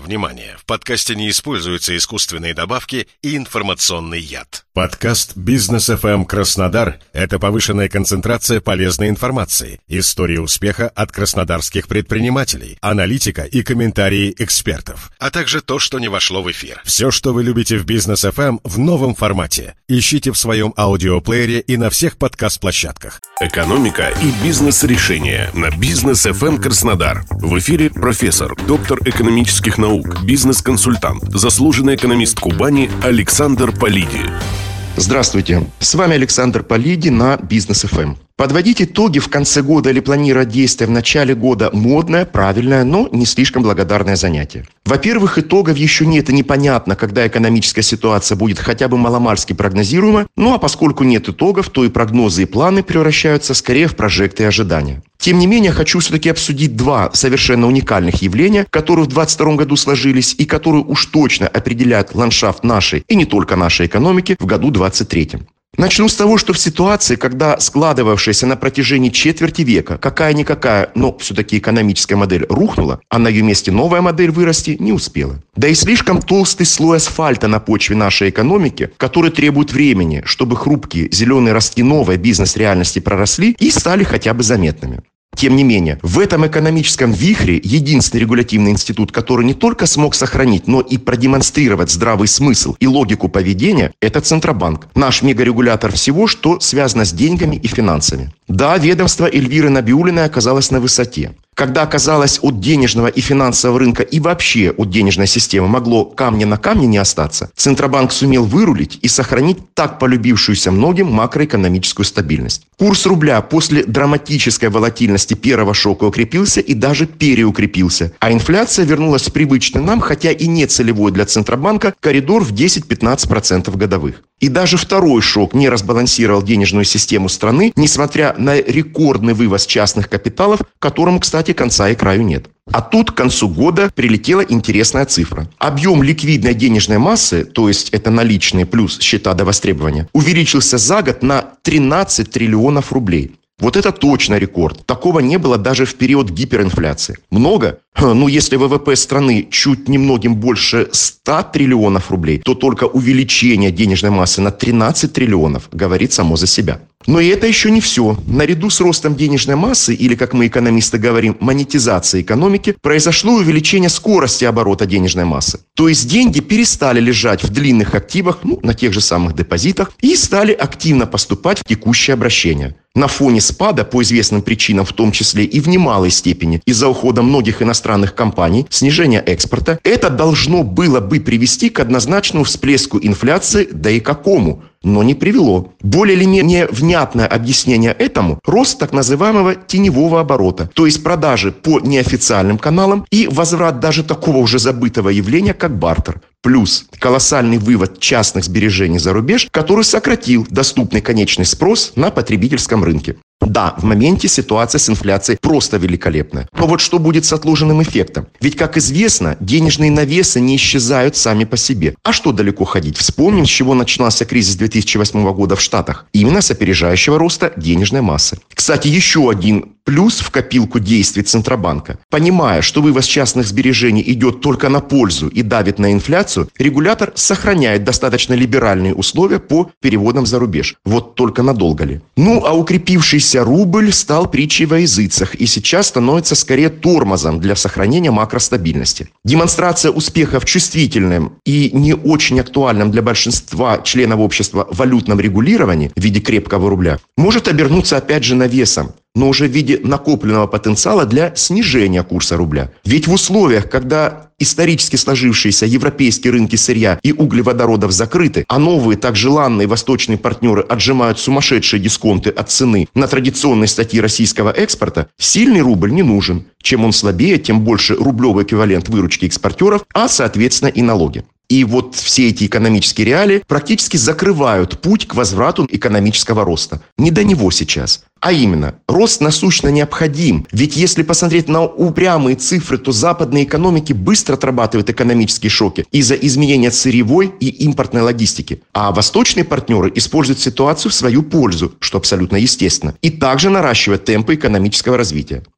Внимание! В подкасте не используются искусственные добавки и информационный яд. Подкаст «Бизнес FM Краснодар» — это повышенная концентрация полезной информации, истории успеха от краснодарских предпринимателей, аналитика и комментарии экспертов, А также то, что не вошло в эфир. все, что вы любите в «Бизнес FM» в новом формате. Ищите в своем аудиоплеере и на всех подкаст-площадках. Экономика и бизнес-решения на Бизнес FM Краснодар. В эфире профессор, доктор экономических наук, бизнес-консультант, заслуженный экономист Кубани Александр Полиди. Здравствуйте, с вами Александр Полиди на Бизнес FM. Подводить итоги в конце года или планировать действия в начале года – модное, правильное, но не слишком благодарное занятие. Во-первых, итогов еще нет и непонятно, когда экономическая ситуация будет хотя бы маломальски прогнозируема, ну а поскольку нет итогов, то и прогнозы и планы превращаются скорее в прожекты и ожидания. Тем не менее, хочу все-таки обсудить два совершенно уникальных явления, которые в 2022 году сложились и которые уж точно определяют ландшафт нашей и не только нашей экономики в году 2023. Начну с того, что в ситуации, когда складывавшаяся на протяжении четверти века какая-никакая, но все-таки экономическая модель рухнула, а на ее месте новая модель вырасти не успела. Да и слишком толстый слой асфальта на почве нашей экономики, который требует времени, чтобы хрупкие зеленые ростки новой бизнес-реальности проросли и стали хотя бы заметными. Тем не менее, в этом экономическом вихре единственный регулятивный институт, который не только смог сохранить, но и продемонстрировать здравый смысл и логику поведения – это Центробанк. Наш мегарегулятор всего, что связано с деньгами и финансами. Да, ведомство Эльвиры Набиуллиной оказалось на высоте. Когда, казалось, от денежного и финансового рынка и вообще от денежной системы могло камня на камне не остаться, Центробанк сумел вырулить и сохранить так полюбившуюся многим макроэкономическую стабильность. Курс рубля после драматической волатильности первого шока укрепился и даже переукрепился, а инфляция вернулась в привычный нам, хотя и не целевой для Центробанка, коридор в 10-15% годовых. И даже второй шок не разбалансировал денежную систему страны, несмотря на рекордный вывоз частных капиталов, которому, кстати, конца и краю нет. А тут к концу года прилетела интересная цифра. Объем ликвидной денежной массы, то есть это наличные плюс счета до востребования, увеличился за год на 13 триллионов рублей. Вот это точно рекорд. Такого не было даже в период гиперинфляции. Много? Ну, если ВВП страны чуть немногим больше 100 триллионов рублей, то только увеличение денежной массы на 13 триллионов говорит само за себя. Но и это еще не все. Наряду с ростом денежной массы, или, как мы экономисты говорим, монетизацией экономики, произошло увеличение скорости оборота денежной массы. То есть деньги перестали лежать в длинных активах, на тех же самых депозитах, и стали активно поступать в текущее обращение. На фоне спада, по известным причинам, в том числе и в немалой степени, из-за ухода многих иностранных компаний, снижения экспорта, это должно было бы привести к однозначному всплеску инфляции, да и какому? Но не привело. Более или менее внятное объяснение этому – рост так называемого теневого оборота, то есть продажи по неофициальным каналам и возврат даже такого уже забытого явления, как бартер. Плюс колоссальный вывод частных сбережений за рубеж, который сократил доступный конечный спрос на потребительском рынке. Да, в моменте ситуация с инфляцией просто великолепная. Но вот что будет с отложенным эффектом? Ведь, как известно, денежные навесы не исчезают сами по себе. А что далеко ходить? Вспомним, с чего начинался кризис 2008 года в Штатах. Именно с опережающего роста денежной массы. Кстати, еще один плюс в копилку действий Центробанка. Понимая, что вывоз частных сбережений идет только на пользу и давит на инфляцию, регулятор сохраняет достаточно либеральные условия по переводам за рубеж. Вот только надолго ли? А укрепившийся рубль стал притчей во языцах и сейчас становится скорее тормозом для сохранения макростабильности. Демонстрация успеха в чувствительном и не очень актуальном для большинства членов общества валютном регулировании в виде крепкого рубля может обернуться опять же навесом, но уже в виде накопленного потенциала для снижения курса рубля. Ведь в условиях, когда исторически сложившиеся европейские рынки сырья и углеводородов закрыты, а новые так желанные восточные партнеры отжимают сумасшедшие дисконты от цены на традиционные статьи российского экспорта, сильный рубль не нужен. Чем он слабее, тем больше рублевый эквивалент выручки экспортеров, а соответственно и налоги. И вот все эти экономические реалии практически закрывают путь к возврату экономического роста. Не до него сейчас. А именно, рост насущно необходим. Ведь если посмотреть на упрямые цифры, то западные экономики быстро отрабатывают экономические шоки из-за изменения сырьевой и импортной логистики. А восточные партнеры используют ситуацию в свою пользу, что абсолютно естественно. И также наращивают темпы экономического развития.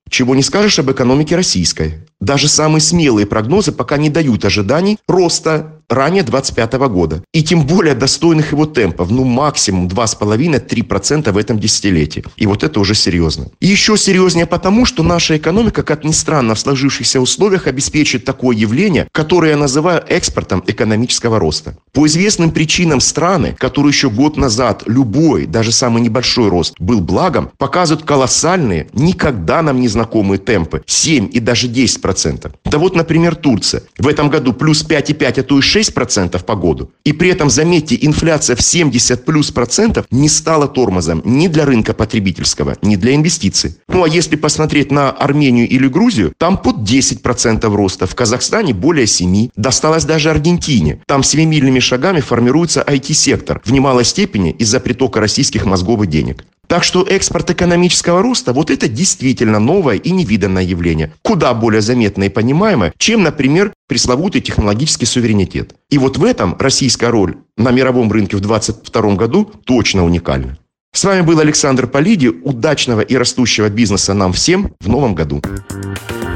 Чего не скажешь об экономике российской. Даже самые смелые прогнозы пока не дают ожиданий роста ранее 2025 года. И тем более достойных его темпов. Максимум 2,5-3% в этом десятилетии. И вот это уже серьезно. И еще серьезнее потому, что наша экономика, как ни странно, в сложившихся условиях обеспечит такое явление, которое я называю экспортом экономического роста. По известным причинам страны, которые еще год назад любой, даже самый небольшой рост был благом, показывают колоссальные, никогда нам не знакомые темпы. 7 и даже 10%. Да вот, например, Турция. В этом году плюс 5,5, а то и 6% по году. И при этом, заметьте, инфляция в 70+% не стала тормозом ни для рынка потребительского, ни для инвестиций. А если посмотреть на Армению или Грузию, там под 10% роста. В Казахстане более 7%. Досталось даже Аргентине. Там семимильными шагами формируется IT-сектор. В немалой степени из-за притока российских мозгов и денег. Так что экспорт экономического роста, вот это действительно новое и невиданное явление. Куда более заметное и понимаемое, чем, например, пресловутый технологический суверенитет. И вот в этом российская роль на мировом рынке в 2022 году точно уникальна. С вами был Александр Полиди. Удачного и растущего бизнеса нам всем в новом году.